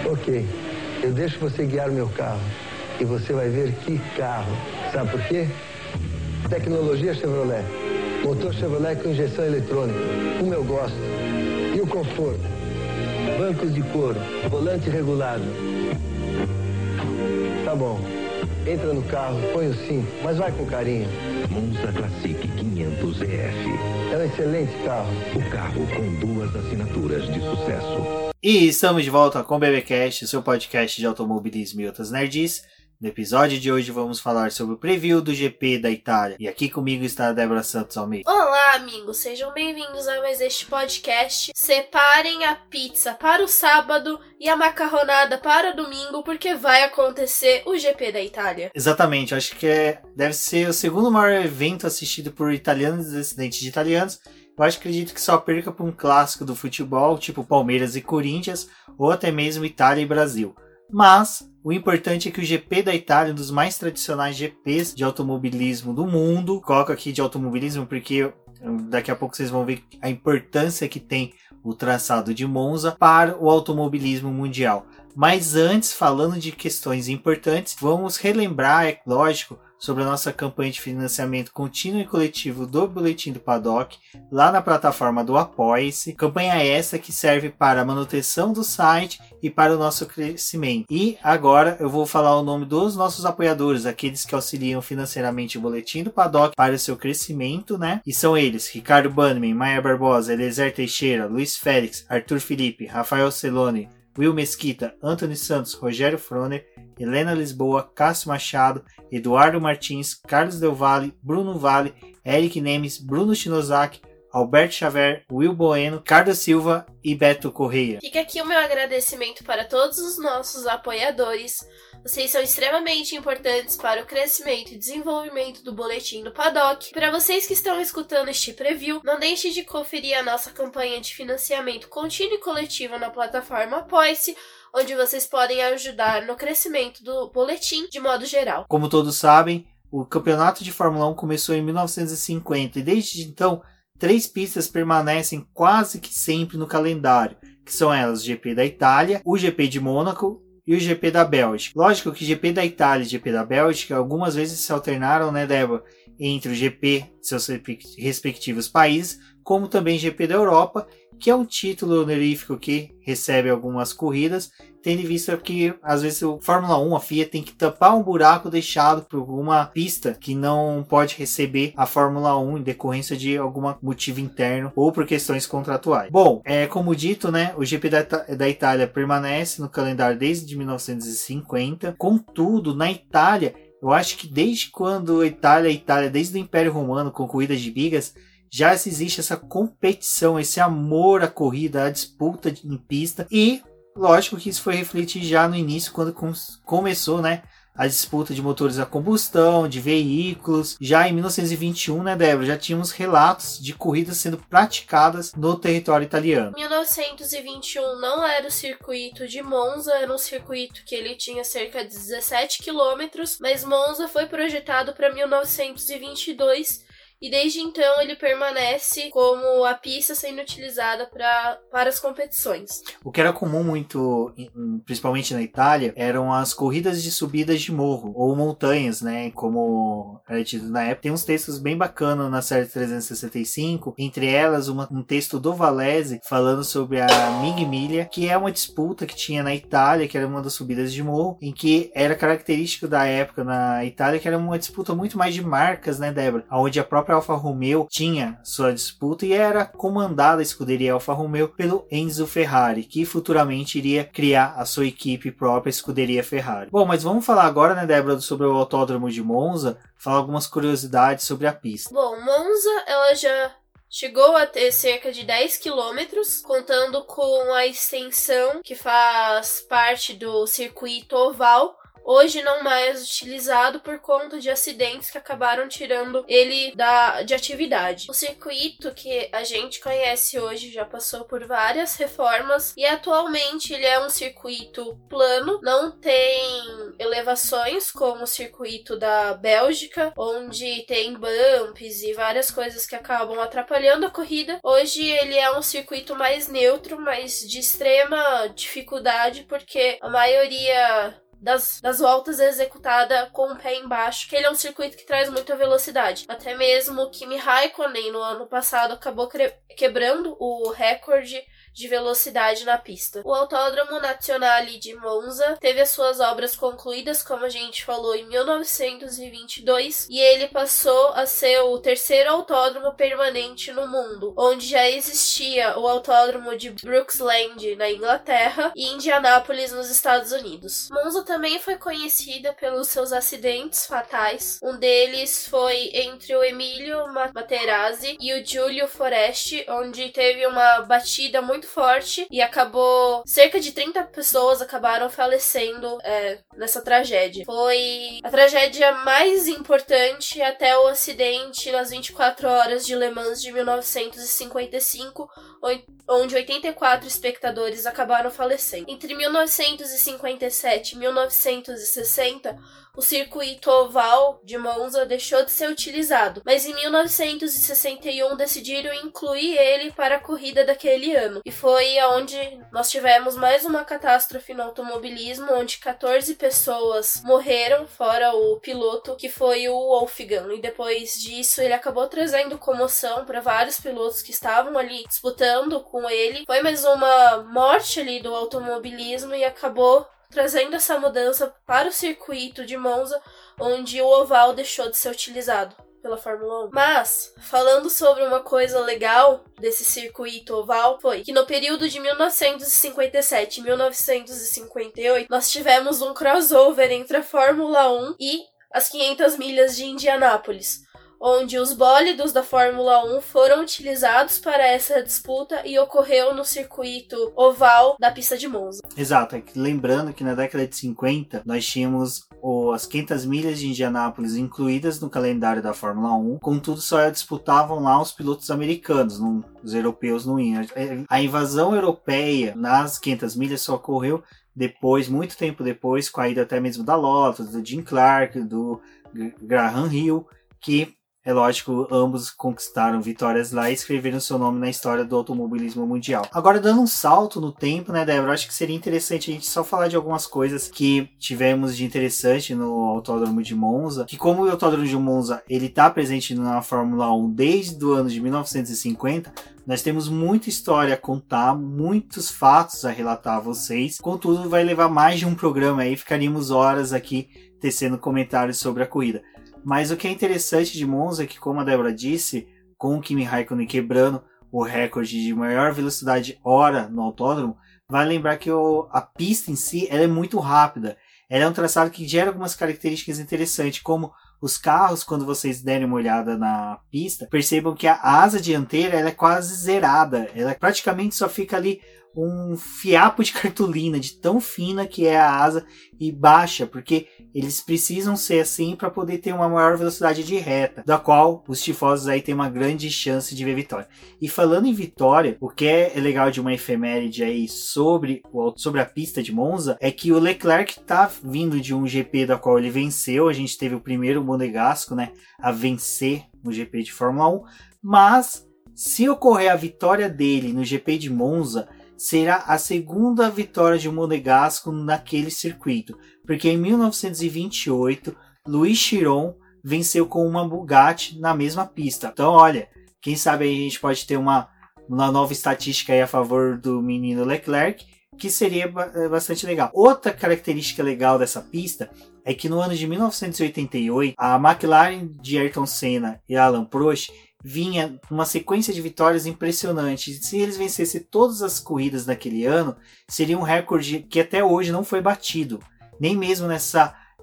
Ok, eu deixo você guiar o meu carro e você vai ver que carro. Sabe por quê? Tecnologia Chevrolet. Motor Chevrolet com injeção eletrônica. Como eu gosto. E o conforto? Bancos de couro, volante regulado. Tá bom. Entra no carro, põe o cinto, mas vai com carinho. Monza Classic 500 EF. É um excelente carro. O carro com 2 assinaturas de sucesso. E estamos de volta com o BBcast, seu podcast de automobilismo e outras nerds. No episódio de hoje vamos falar sobre o preview do GP da Itália. E aqui comigo está a Débora Santos Almeida. Olá, amigos, sejam bem-vindos a mais este podcast. Separem a pizza para o sábado e a macarronada para o domingo, porque vai acontecer o GP da Itália. Exatamente, acho que deve ser o segundo maior evento assistido por italianos e descendentes de italianos. Eu acredito que só perca para um clássico do futebol, tipo Palmeiras e Corinthians, ou até mesmo Itália e Brasil. Mas o importante é que o GP da Itália, um dos mais tradicionais GPs de automobilismo do mundo, coloco aqui de automobilismo porque daqui a pouco vocês vão ver a importância que tem o traçado de Monza para o automobilismo mundial. Mas antes, falando de questões importantes, vamos relembrar, é lógico, sobre a nossa campanha de financiamento contínuo e coletivo do Boletim do Paddock, lá na plataforma do Apoia-se. Campanha essa que serve para a manutenção do site e para o nosso crescimento. E agora eu vou falar o nome dos nossos apoiadores, aqueles que auxiliam financeiramente o Boletim do Paddock para o seu crescimento, né? E são eles: Ricardo Bannerman, Maia Barbosa, Eliezer Teixeira, Luiz Félix, Arthur Felipe, Rafael Celone, Will Mesquita, Anthony Santos, Rogério Froner, Helena Lisboa, Cássio Machado, Eduardo Martins, Carlos Del Valle, Bruno Vale, Eric Nemes, Bruno Shinozaki, Alberto Xavier, Will Bueno, Carlos Silva e Beto Correia. Fica aqui o meu agradecimento para todos os nossos apoiadores. Vocês são extremamente importantes para o crescimento e desenvolvimento do Boletim do Paddock. Para vocês que estão escutando este preview, não deixe de conferir a nossa campanha de financiamento contínuo e coletivo na plataforma Apoia-se, onde vocês podem ajudar no crescimento do boletim de modo geral. Como todos sabem, o campeonato de Fórmula 1 começou em 1950 e desde então 3 pistas permanecem quase que sempre no calendário, que são elas o GP da Itália, o GP de Mônaco e o GP da Bélgica. Lógico que o GP da Itália e o GP da Bélgica algumas vezes se alternaram, né, Débora, entre o GP de seus respectivos países, como também GP da Europa, que é um título honorífico que recebe algumas corridas, tendo em vista que às vezes o Fórmula 1, a FIA, tem que tampar um buraco deixado por alguma pista que não pode receber a Fórmula 1 em decorrência de algum motivo interno ou por questões contratuais. Bom, como dito, né, o GP da Itália permanece no calendário desde 1950, contudo, na Itália, eu acho que desde quando a Itália, desde o Império Romano, com corridas de bigas, já existe essa competição, esse amor à corrida, à disputa em pista. E lógico que isso foi refletido já no início, quando começou, né, a disputa de motores a combustão, de veículos. Já em 1921, né, Débora, já tínhamos relatos de corridas sendo praticadas no território italiano. 1921 não era o circuito de Monza, era um circuito que ele tinha cerca de 17 quilômetros, mas Monza foi projetado para 1922 e desde então ele permanece como a pista sendo utilizada para as competições. O que era comum muito, principalmente na Itália, eram as corridas de subidas de morro, ou montanhas, né, como era tido na época. Tem uns textos bem bacanas na série 365, entre elas um texto do Valese falando sobre a Miglia, que é uma disputa que tinha na Itália, que era uma das subidas de morro, em que era característico da época na Itália, que era uma disputa muito mais de marcas, né, Débora, onde a própria Alfa Romeo tinha sua disputa e era comandada a escuderia Alfa Romeo pelo Enzo Ferrari, que futuramente iria criar a sua equipe própria, a escuderia Ferrari. Bom, mas vamos falar agora, né, Débora, sobre o Autódromo de Monza, falar algumas curiosidades sobre a pista. Bom, Monza, ela já chegou a ter cerca de 10 quilômetros, contando com a extensão que faz parte do circuito oval, hoje não mais utilizado por conta de acidentes que acabaram tirando ele de atividade. O circuito que a gente conhece hoje já passou por várias reformas e atualmente ele é um circuito plano, não tem elevações como o circuito da Bélgica, onde tem bumps e várias coisas que acabam atrapalhando a corrida. Hoje ele é um circuito mais neutro, mas de extrema dificuldade, porque a maioria das voltas é executada com o pé embaixo, que ele é um circuito que traz muita velocidade. Até mesmo o Kimi Raikkonen no ano passado acabou quebrando o recorde de velocidade na pista. O Autódromo Nazionale de Monza teve as suas obras concluídas, como a gente falou, em 1922, e ele passou a ser o terceiro autódromo permanente no mundo, onde já existia o Autódromo de Brooksland na Inglaterra e Indianápolis nos Estados Unidos. Monza também foi conhecida pelos seus acidentes fatais. Um deles foi entre o Emilio Materazzi e o Giulio Foresti, onde teve uma batida muito forte e acabou... cerca de 30 pessoas acabaram falecendo nessa tragédia. Foi a tragédia mais importante até o acidente nas 24 horas de Le Mans de 1955, onde 84 espectadores acabaram falecendo. Entre 1957 e 1960, o circuito oval de Monza deixou de ser utilizado, mas em 1961 decidiram incluir ele para a corrida daquele ano. E foi onde nós tivemos mais uma catástrofe no automobilismo, onde 14 pessoas morreram, fora o piloto, que foi o Wolfgang. E depois disso ele acabou trazendo comoção para vários pilotos que estavam ali disputando com ele. Foi mais uma morte ali do automobilismo e acabou trazendo essa mudança para o circuito de Monza, onde o oval deixou de ser utilizado pela Fórmula 1. Mas, falando sobre uma coisa legal desse circuito oval, foi que no período de 1957 e 1958, nós tivemos um crossover entre a Fórmula 1 e as 500 milhas de Indianápolis, onde os bólidos da Fórmula 1 foram utilizados para essa disputa e ocorreu no circuito oval da pista de Monza. Exato, lembrando que na década de 50 nós tínhamos as 500 milhas de Indianápolis incluídas no calendário da Fórmula 1, contudo só disputavam lá os pilotos americanos, os europeus não iam. A invasão europeia nas 500 milhas só ocorreu depois, muito tempo depois, com a ida até mesmo da Lotus, do Jim Clark, do Graham Hill, que é lógico, ambos conquistaram vitórias lá e escreveram seu nome na história do automobilismo mundial. Agora, dando um salto no tempo, né, Débora? Acho que seria interessante a gente só falar de algumas coisas que tivemos de interessante no Autódromo de Monza. Que como o Autódromo de Monza ele está presente na Fórmula 1 desde o ano de 1950, nós temos muita história a contar, muitos fatos a relatar a vocês. Contudo, vai levar mais de um programa aí, ficaríamos horas aqui tecendo comentários sobre a corrida. Mas o que é interessante de Monza é que, como a Débora disse, com o Kimi Raikkonen quebrando o recorde de maior velocidade hora no autódromo, vai lembrar que a pista em si ela é muito rápida. Ela é um traçado que gera algumas características interessantes, como os carros, quando vocês derem uma olhada na pista, percebam que a asa dianteira ela é quase zerada. Ela praticamente só fica ali um fiapo de cartolina, de tão fina que é a asa e baixa, porque eles precisam ser assim para poder ter uma maior velocidade de reta, da qual os tifosos aí têm uma grande chance de ver vitória. E falando em vitória, o que é legal de uma efeméride aí sobre a pista de Monza é que o Leclerc tá vindo de um GP da qual ele venceu. A gente teve o primeiro monegasco, né, a vencer no GP de Fórmula 1, mas se ocorrer a vitória dele no GP de Monza, será a segunda vitória de um monegasco naquele circuito, porque em 1928 Louis Chiron venceu com uma Bugatti na mesma pista. Então olha, quem sabe a gente pode ter uma nova estatística aí a favor do menino Leclerc, que seria bastante legal. Outra característica legal dessa pista é que no ano de 1988 a McLaren de Ayrton Senna e Alain Prost vinha uma sequência de vitórias impressionantes. Se eles vencessem todas as corridas daquele ano, seria um recorde que até hoje não foi batido. Nem mesmo nessa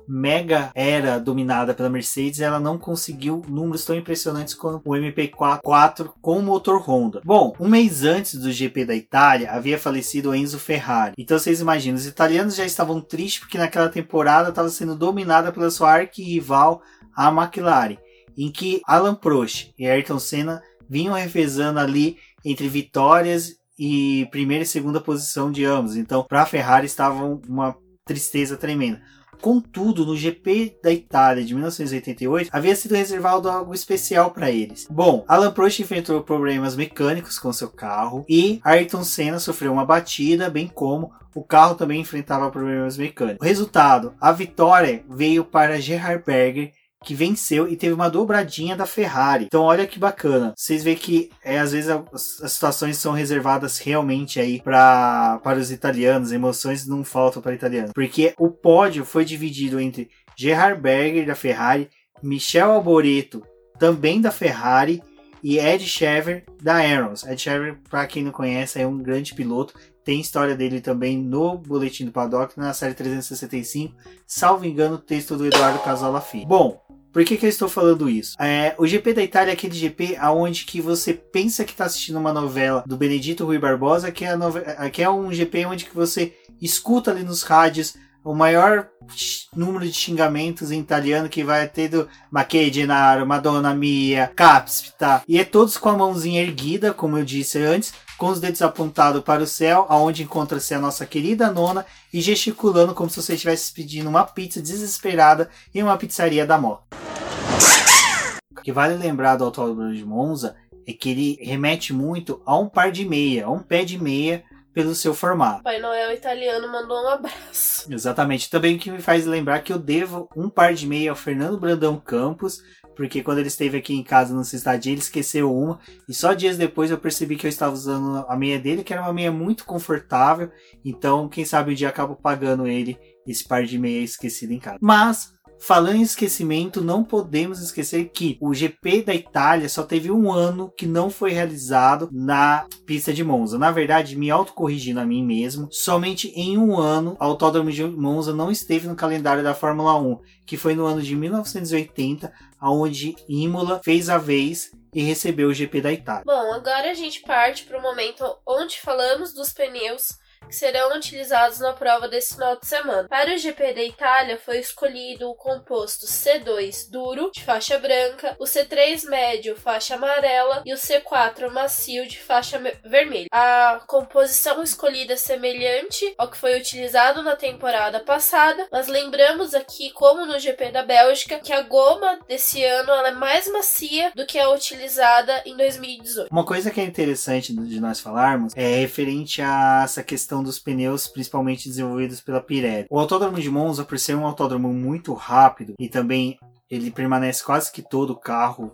mega era dominada pela Mercedes, ela não conseguiu números tão impressionantes quanto o MP4 com o motor Honda. Bom, um mês antes do GP da Itália, havia falecido o Enzo Ferrari. Então vocês imaginam, os italianos já estavam tristes porque naquela temporada estava sendo dominada pela sua arquirrival, a McLaren, em que Alain Prost e Ayrton Senna vinham revezando ali entre vitórias e primeira e segunda posição de ambos. Então, para a Ferrari estava uma tristeza tremenda. Contudo, no GP da Itália de 1988, havia sido reservado algo especial para eles. Bom, Alain Prost enfrentou problemas mecânicos com seu carro e Ayrton Senna sofreu uma batida, bem como o carro também enfrentava problemas mecânicos. O resultado, a vitória veio para Gerhard Berger, que venceu e teve uma dobradinha da Ferrari. Então olha que bacana. Vocês veem que às vezes as situações são reservadas realmente aí para os italianos. Emoções não faltam para italianos. Porque o pódio foi dividido entre Gerhard Berger da Ferrari, Michel Alboreto também da Ferrari e Ed Shever da Arrows. Ed Shever, para quem não conhece, é um grande piloto. Tem história dele também no Boletim do Paddock, na série 365. Salvo engano, o texto do Eduardo Casola Filho. Bom, por que eu estou falando isso? O GP da Itália é aquele GP onde que você pensa que está assistindo uma novela do Benedito Rui Barbosa, que é um GP onde que você escuta ali nos rádios o maior número de xingamentos em italiano que vai ter do Ma che Gennaro, Madonna Mia, Capspita. E é todos com a mãozinha erguida, como eu disse antes, com os dedos apontados para o céu, aonde encontra-se a nossa querida nona, e gesticulando como se você estivesse pedindo uma pizza desesperada em uma pizzaria da moda. O que vale lembrar do Autódromo de Monza é que ele remete muito a um par de meia, a um pé de meia, pelo seu formato. Pai Noel italiano mandou um abraço. Exatamente. Também o que me faz lembrar que eu devo um par de meia ao Fernando Brandão Campos, porque quando ele esteve aqui em casa no Estadia, ele esqueceu uma, e só dias depois eu percebi que eu estava usando a meia dele, que era uma meia muito confortável, então quem sabe um dia eu acabo pagando ele esse par de meia esquecido em casa. Mas, falando em esquecimento, não podemos esquecer que o GP da Itália só teve um ano que não foi realizado na pista de Monza. Na verdade, me autocorrigindo a mim mesmo, somente em um ano o Autódromo de Monza não esteve no calendário da Fórmula 1, que foi no ano de 1980, onde Imola fez a vez e recebeu o GP da Itália. Bom, agora a gente parte para o momento onde falamos dos pneus que serão utilizados na prova desse final de semana. Para o GP da Itália foi escolhido o composto C2 duro, de faixa branca, o C3 médio, faixa amarela, e o C4 macio, de faixa vermelha. A composição escolhida é semelhante ao que foi utilizado na temporada passada, mas lembramos aqui, como no GP da Bélgica, que a goma desse ano ela é mais macia do que a utilizada em 2018. Uma coisa que é interessante de nós falarmos é referente a essa questão dos pneus, principalmente desenvolvidos pela Pirelli. O Autódromo de Monza, por ser um autódromo muito rápido e também ele permanece quase que todo o carro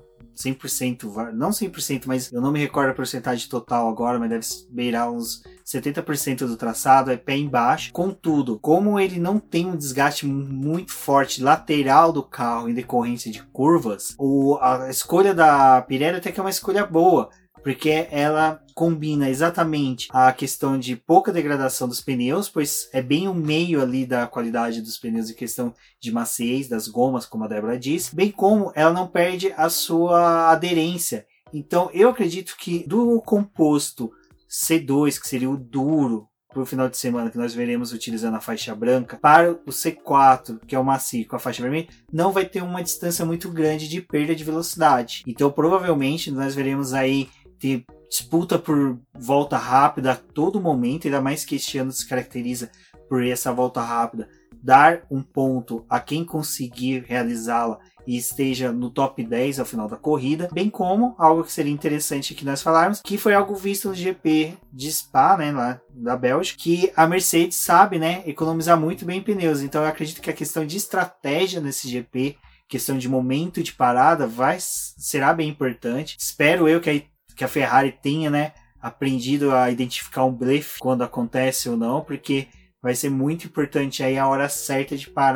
100%, não 100%, mas eu não me recordo a porcentagem total agora, mas deve beirar uns 70% do traçado, é pé embaixo. Contudo, como ele não tem um desgaste muito forte lateral do carro em decorrência de curvas, a escolha da Pirelli até que é uma escolha boa, porque ela combina exatamente a questão de pouca degradação dos pneus, pois é bem o meio ali da qualidade dos pneus em questão de maciez das gomas, como a Débora disse, bem como ela não perde a sua aderência. Então eu acredito que do composto C2, que seria o duro, para o final de semana que nós veremos utilizando a faixa branca, para o C4, que é o macio com a faixa vermelha, não vai ter uma distância muito grande de perda de velocidade. Então provavelmente nós veremos aí ter disputa por volta rápida a todo momento, ainda mais que este ano se caracteriza por essa volta rápida, dar um ponto a quem conseguir realizá-la e esteja no top 10 ao final da corrida, bem como algo que seria interessante que nós falarmos, que foi algo visto no GP de Spa, né, lá da Bélgica, que a Mercedes sabe, né, economizar muito bem pneus. Então eu acredito que a questão de estratégia nesse GP, questão de momento de parada, será bem importante. Espero eu que a Ferrari tenha, né, aprendido a identificar um blefe quando acontece ou não, porque vai ser muito importante aí a hora certa de parar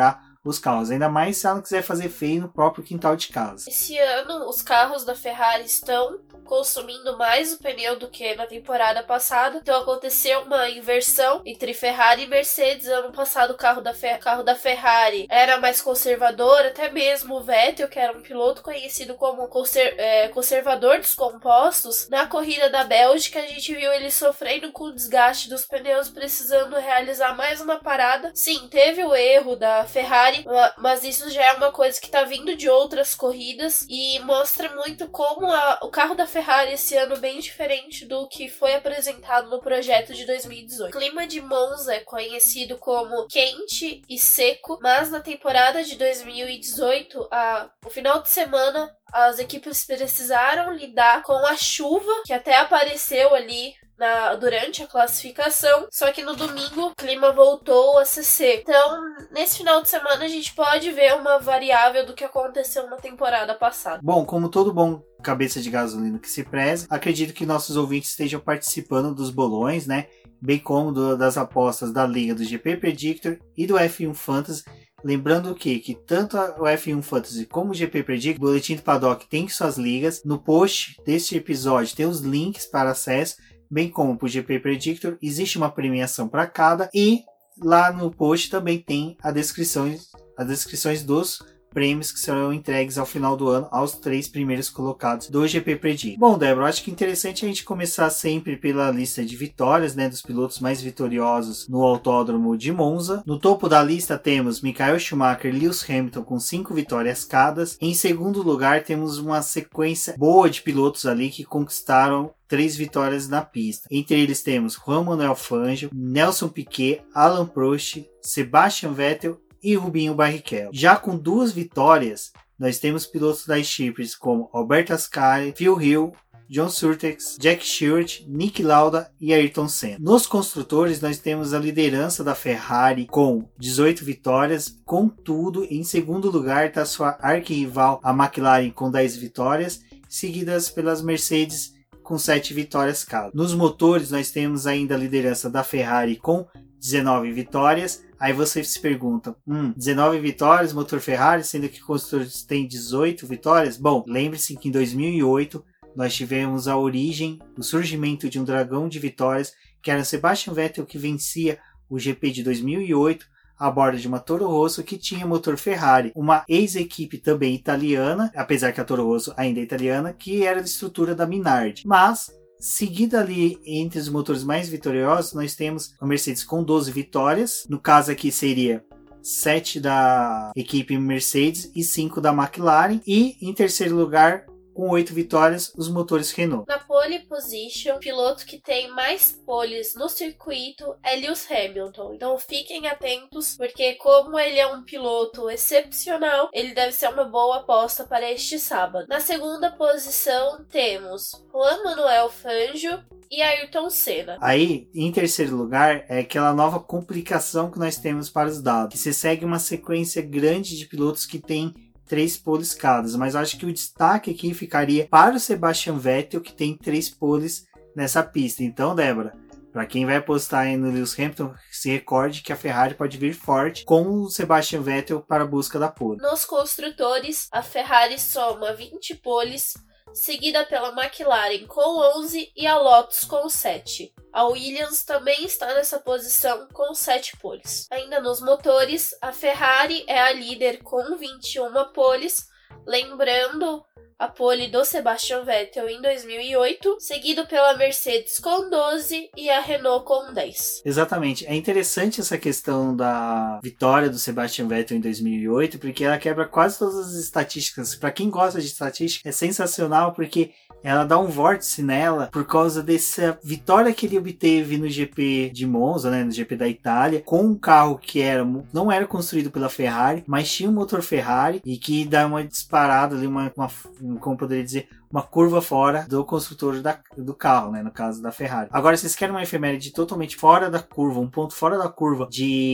os carros, ainda mais se ela quiser fazer feio no próprio quintal de casa. Esse ano, os carros da Ferrari estão consumindo mais o pneu do que na temporada passada, então aconteceu uma inversão entre Ferrari e Mercedes. Ano passado o carro da Ferrari era mais conservador, até mesmo o Vettel, que era um piloto conhecido como conservador dos compostos, na corrida da Bélgica a gente viu ele sofrendo com o desgaste dos pneus, precisando realizar mais uma parada. Sim, teve o erro da Ferrari, mas isso já é uma coisa que tá vindo de outras corridas e mostra muito como o carro da Ferrari esse ano bem diferente do que foi apresentado no projeto de 2018. O clima de Monza é conhecido como quente e seco, mas na temporada de 2018, o final de semana, as equipes precisaram lidar com a chuva, que até apareceu ali durante a classificação, só que no domingo o clima voltou a ser seco. Então, nesse final de semana a gente pode ver uma variável do que aconteceu na temporada passada. Bom, como todo bom cabeça de gasolina que se preza, acredito que nossos ouvintes estejam participando dos bolões, né? Bem como das apostas da Liga do GP Predictor e do F1 Fantasy. Lembrando que tanto o F1 Fantasy como o GP Predictor, o Boletim do Paddock tem suas ligas. No post deste episódio tem os links para acesso, bem como para o GP Predictor, existe uma premiação para cada, e lá no post também tem as descrições dos prêmios que serão entregues ao final do ano aos 3 primeiros colocados do GP Predictor. Bom, Débora, acho que é interessante a gente começar sempre pela lista de vitórias, né, dos pilotos mais vitoriosos no Autódromo de Monza. No topo da lista temos Michael Schumacher e Lewis Hamilton com 5 vitórias cada. Em segundo lugar temos uma sequência boa de pilotos ali que conquistaram 3 vitórias na pista. Entre eles temos Juan Manuel Fangio, Nelson Piquet, Alain Prost, Sebastian Vettel e Rubinho Barrichello. Já com 2 vitórias, nós temos pilotos das equipes como Alberto Ascari, Phil Hill, John Surtees, Jack Stewart, Niki Lauda e Ayrton Senna. Nos construtores, nós temos a liderança da Ferrari com 18 vitórias, contudo, em segundo lugar está sua arquirrival, a McLaren, com 10 vitórias, seguidas pelas Mercedes com 7 vitórias cada. Nos motores, nós temos ainda a liderança da Ferrari com 19 vitórias. Aí você se pergunta, 19 vitórias, motor Ferrari, sendo que o construtores tem 18 vitórias? Bom, lembre-se que em 2008 nós tivemos a origem, o surgimento de um dragão de vitórias, que era Sebastian Vettel, que vencia o GP de 2008 a bordo de uma Toro Rosso que tinha motor Ferrari, uma ex-equipe também italiana, apesar que a Toro Rosso ainda é italiana, que era de estrutura da Minardi. Mas, seguida ali entre os motores mais vitoriosos, nós temos a Mercedes com 12 vitórias, no caso aqui seria 7 da equipe Mercedes e 5 da McLaren, e em terceiro lugar, com 8 vitórias, os motores Renault. Na pole position, o piloto que tem mais poles no circuito é Lewis Hamilton. Então fiquem atentos, porque como ele é um piloto excepcional, ele deve ser uma boa aposta para este sábado. Na segunda posição temos Juan Manuel Fangio e Ayrton Senna. Aí, em terceiro lugar, é aquela nova complicação que nós temos para os dados, que se segue uma sequência grande de pilotos que tem 3 poles cada, mas eu acho que o destaque aqui ficaria para o Sebastian Vettel, que tem 3 poles nessa pista. Então, Débora, para quem vai apostar no Lewis Hamilton, se recorde que a Ferrari pode vir forte com o Sebastian Vettel para a busca da pole. Nos construtores, a Ferrari soma 20 poles, seguida pela McLaren com 11 e a Lotus com 7. A Williams também está nessa posição com 7 poles. Ainda nos motores, a Ferrari é a líder com 21 poles, lembrando a pole do Sebastian Vettel em 2008, seguido pela Mercedes com 12 e a Renault com 10. Exatamente. É interessante essa questão da vitória do Sebastian Vettel em 2008, porque ela quebra quase todas as estatísticas. Para quem gosta de estatística, é sensacional, porque ela dá um vórtice nela por causa dessa vitória que ele obteve no GP de Monza, né, no GP da Itália, com um carro que não era construído pela Ferrari, mas tinha um motor Ferrari, e que dá uma disparada ali, como poderia dizer, uma curva fora do construtor do carro, né? No caso da Ferrari. Agora, vocês querem uma efeméride totalmente fora da curva, um ponto fora da curva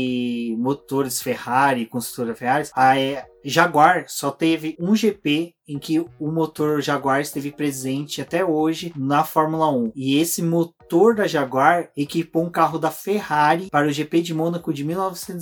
de motores Ferrari, construtora Ferrari, a Jaguar só teve um GP em que o motor Jaguar esteve presente até hoje na Fórmula 1. E esse motor da Jaguar equipou um carro da Ferrari para o GP de Mônaco de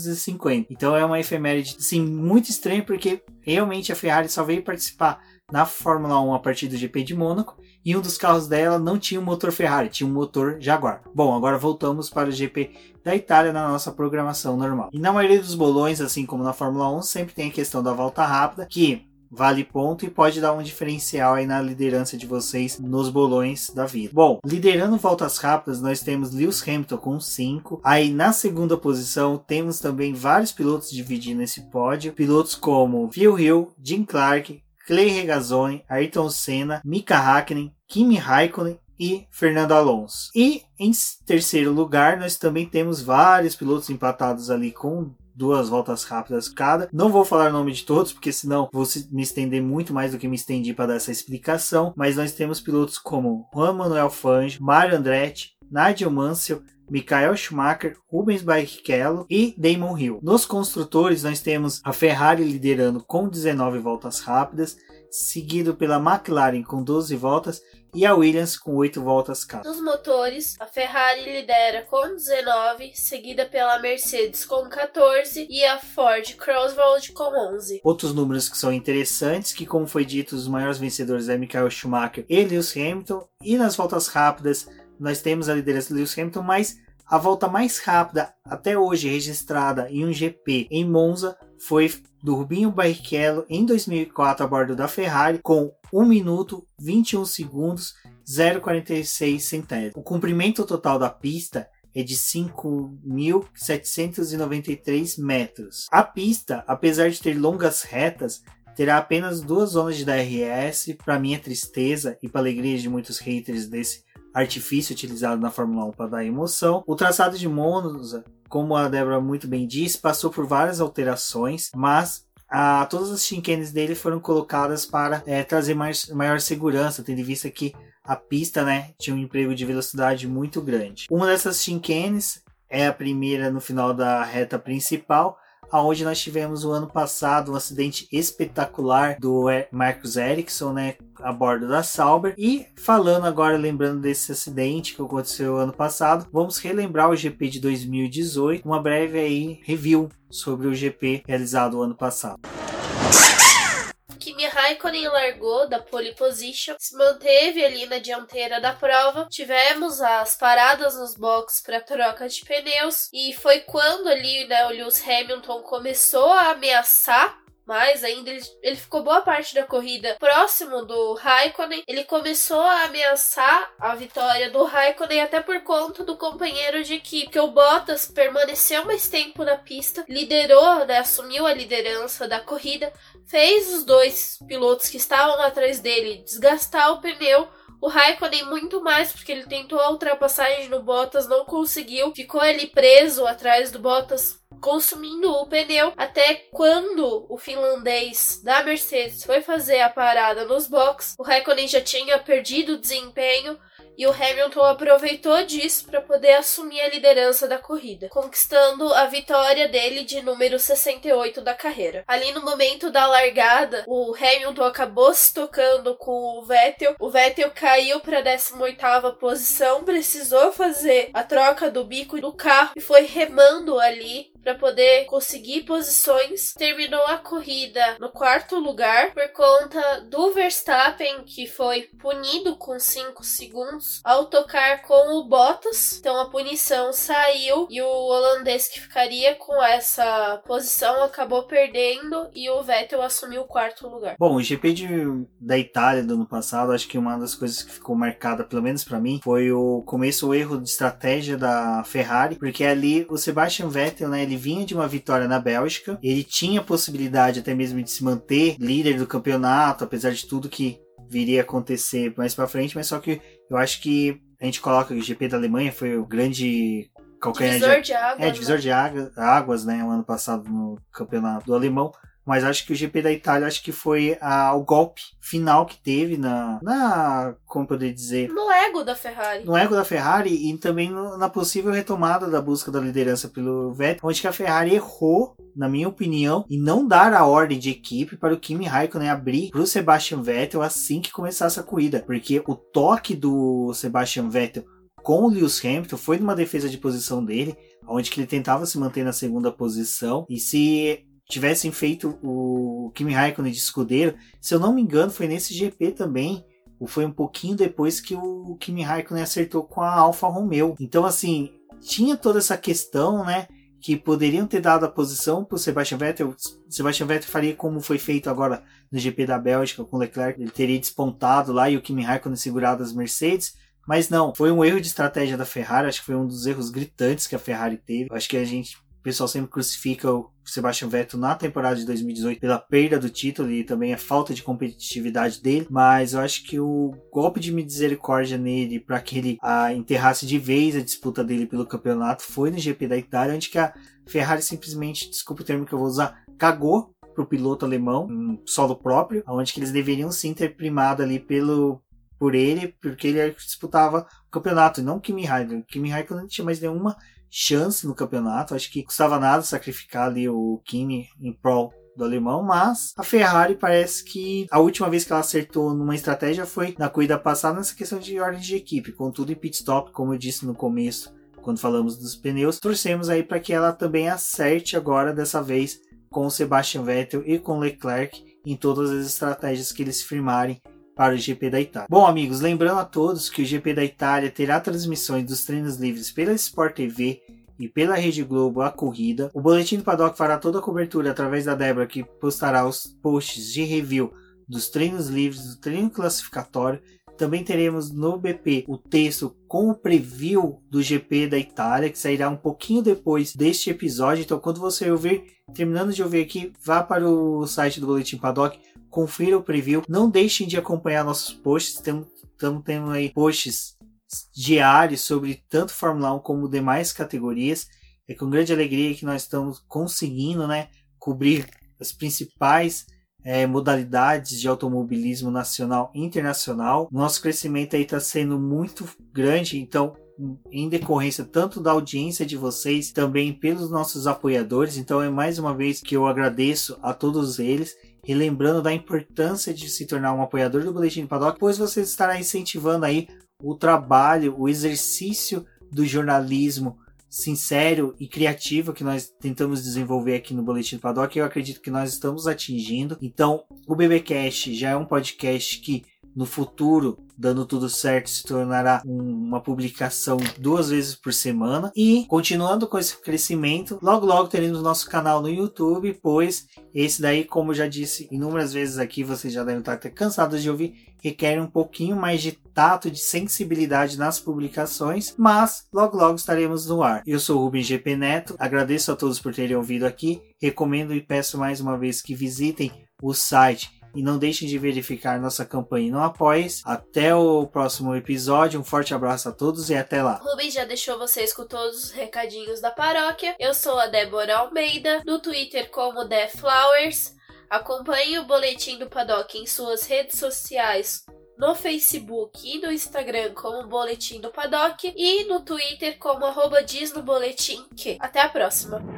1950. Então é uma efeméride assim, muito estranha, porque realmente a Ferrari só veio participar na Fórmula 1 a partir do GP de Mônaco, e um dos carros dela não tinha um motor Ferrari, tinha um motor Jaguar. Bom, agora voltamos para o GP da Itália na nossa programação normal. E na maioria dos bolões, assim como na Fórmula 1, sempre tem a questão da volta rápida, que vale ponto e pode dar um diferencial aí na liderança de vocês nos bolões da vida. Bom, liderando voltas rápidas, nós temos Lewis Hamilton com 5. Aí na segunda posição temos também vários pilotos dividindo esse pódio. Pilotos como Phil Hill, Jim Clark, Clay Regazzoni, Ayrton Senna, Mika Häkkinen, Kimi Raikkonen e Fernando Alonso. E em terceiro lugar nós também temos vários pilotos empatados ali com 2 voltas rápidas cada. Não vou falar o nome de todos, porque senão vou me estender muito mais do que me estendi para dar essa explicação, mas nós temos pilotos como Juan Manuel Fangio, Mario Andretti, Nigel Mansell, Michael Schumacher, Rubens Barrichello e Damon Hill. Nos construtores nós temos a Ferrari liderando com 19 voltas rápidas, seguido pela McLaren com 12 voltas e a Williams com 8 voltas cada. Nos motores, a Ferrari lidera com 19, seguida pela Mercedes com 14 e a Ford Cosworth com 11. Outros números que são interessantes, que como foi dito, os maiores vencedores é Michael Schumacher e Lewis Hamilton, e nas voltas rápidas nós temos a liderança do Lewis Hamilton, mas a volta mais rápida até hoje registrada em um GP em Monza foi do Rubinho Barrichello em 2004 a bordo da Ferrari com 1 minuto 21 segundos 0,46 centésimos. O comprimento total da pista é de 5.793 metros. A pista, apesar de ter longas retas, terá apenas 2 zonas de DRS, para minha tristeza e para alegria de muitos haters desse artifício utilizado na Fórmula 1 para dar emoção. O traçado de Monza, como a Débora muito bem disse, passou por várias alterações, mas todas as chicanes dele foram colocadas para trazer maior segurança, tendo em vista que a pista, né, tinha um emprego de velocidade muito grande. Uma dessas chicanes é a primeira no final da reta principal, aonde nós tivemos o ano passado um acidente espetacular do Marcus Ericsson, né, a bordo da Sauber. E falando agora, lembrando desse acidente que aconteceu ano passado, vamos relembrar o GP de 2018, uma breve aí review sobre o GP realizado o ano passado. Kimi Raikkonen largou da pole position, se manteve ali na dianteira da prova. Tivemos as paradas nos boxes para troca de pneus e foi quando ali, né, o Lewis Hamilton começou a ameaçar. Mas ainda ele ficou boa parte da corrida próximo do Raikkonen. Ele começou a ameaçar a vitória do Raikkonen até por conta do companheiro de equipe, porque o Bottas permaneceu mais tempo na pista, liderou, né, assumiu a liderança da corrida, fez os 2 pilotos que estavam atrás dele desgastar o pneu. O Raikkonen muito mais, porque ele tentou a ultrapassagem no Bottas, não conseguiu, ficou ali preso atrás do Bottas, consumindo o pneu, até quando o finlandês da Mercedes foi fazer a parada nos boxes, o Raikkonen já tinha perdido o desempenho e o Hamilton aproveitou disso para poder assumir a liderança da corrida, conquistando a vitória dele de número 68 da carreira. Ali no momento da largada, o Hamilton acabou se tocando com o Vettel caiu para a 18ª posição, precisou fazer a troca do bico do carro e foi remando ali para poder conseguir posições. Terminou a corrida no 4º lugar por conta do Verstappen, que foi punido com 5 segundos ao tocar com o Bottas. Então a punição saiu e o holandês que ficaria com essa posição acabou perdendo e o Vettel assumiu o 4º lugar. Bom, o GP da Itália do ano passado, acho que uma das coisas que ficou marcada, pelo menos para mim, foi o erro de estratégia da Ferrari, porque ali o Sebastian Vettel, né, ele vinha de uma vitória na Bélgica, ele tinha possibilidade até mesmo de se manter líder do campeonato, apesar de tudo que viria a acontecer mais pra frente, mas só que eu acho que a gente coloca que o GP da Alemanha foi o grande calcanhar divisor de águas, divisor de águas, né, o ano passado no campeonato do alemão, mas acho que o GP da Itália acho que foi o golpe final que teve como poder dizer, no ego da Ferrari. No ego da Ferrari e também na possível retomada da busca da liderança pelo Vettel, onde que a Ferrari errou, na minha opinião, em não dar a ordem de equipe para o Kimi Raikkonen abrir para o Sebastian Vettel assim que começasse a corrida, porque o toque do Sebastian Vettel com o Lewis Hamilton foi numa defesa de posição dele, onde que ele tentava se manter na segunda posição, e se tivessem feito o Kimi Raikkonen de escudeiro, se eu não me engano foi nesse GP também, ou foi um pouquinho depois que o Kimi Raikkonen acertou com a Alfa Romeo. Então assim, tinha toda essa questão, né, que poderiam ter dado a posição para o Sebastian Vettel. Sebastian Vettel faria como foi feito agora no GP da Bélgica com o Leclerc, ele teria despontado lá e o Kimi Raikkonen segurado as Mercedes. Mas não, foi um erro de estratégia da Ferrari, acho que foi um dos erros gritantes que a Ferrari teve. Acho que o pessoal sempre crucifica o Sebastian Vettel na temporada de 2018 pela perda do título e também a falta de competitividade dele, mas eu acho que o golpe de misericórdia nele para que ele enterrasse de vez a disputa dele pelo campeonato foi no GP da Itália, onde que a Ferrari simplesmente, desculpa o termo que eu vou usar, cagou pro piloto alemão, um solo próprio, onde que eles deveriam sim ter primado ali por ele, porque ele disputava o campeonato, e não o Kimi Raikkonen. O Kimi Raikkonen não tinha mais nenhuma chance no campeonato, acho que custava nada sacrificar ali o Kimi em prol do alemão, mas a Ferrari parece que a última vez que ela acertou numa estratégia foi na corrida passada nessa questão de ordem de equipe, contudo em pit stop, como eu disse no começo, quando falamos dos pneus, torcemos aí para que ela também acerte agora, dessa vez, com o Sebastian Vettel e com o Leclerc em todas as estratégias que eles firmarem para o GP da Itália. Bom, amigos, lembrando a todos que o GP da Itália terá transmissões dos treinos livres pela Sport TV e pela Rede Globo a corrida. O Boletim do Paddock fará toda a cobertura através da Débora, que postará os posts de review dos treinos livres, do treino classificatório. Também teremos no BP o texto com o preview do GP da Itália, que sairá um pouquinho depois deste episódio. Então, quando você terminando de ouvir aqui, vá para o site do Boletim Paddock, confira o preview. Não deixem de acompanhar nossos posts. Estamos tendo aí posts diários sobre tanto Fórmula 1 como demais categorias. É com grande alegria que nós estamos conseguindo, né, cobrir as principais modalidades de automobilismo nacional e internacional. Nosso crescimento aí está sendo muito grande, então em decorrência tanto da audiência de vocês, também pelos nossos apoiadores. Então é mais uma vez que eu agradeço a todos eles, e lembrando da importância de se tornar um apoiador do Boletim do Paddock, pois você estará incentivando aí o trabalho, o exercício do jornalismo sincero e criativo que nós tentamos desenvolver aqui no Boletim do Paddock. Eu acredito que nós estamos atingindo. Então o BBcast já é um podcast que no futuro, dando tudo certo, se tornará uma publicação 2 vezes por semana. E continuando com esse crescimento, logo teremos nosso canal no YouTube, pois esse daí, como eu já disse inúmeras vezes aqui, vocês já devem estar até cansados de ouvir, requer um pouquinho mais de tato, de sensibilidade nas publicações, mas logo estaremos no ar. Eu sou o Rubens GP Neto, agradeço a todos por terem ouvido aqui, recomendo e peço mais uma vez que visitem o site e não deixem de verificar nossa campanha no Apoia-se. Até o próximo episódio, um forte abraço a todos e até lá. Rubens já deixou vocês com todos os recadinhos da paróquia. Eu sou a Débora Almeida, no Twitter como TheFlowers. Acompanhe o Boletim do Paddock em suas redes sociais, no Facebook e no Instagram como Boletim do Paddock e no Twitter como @DizNoBoletim. Até a próxima!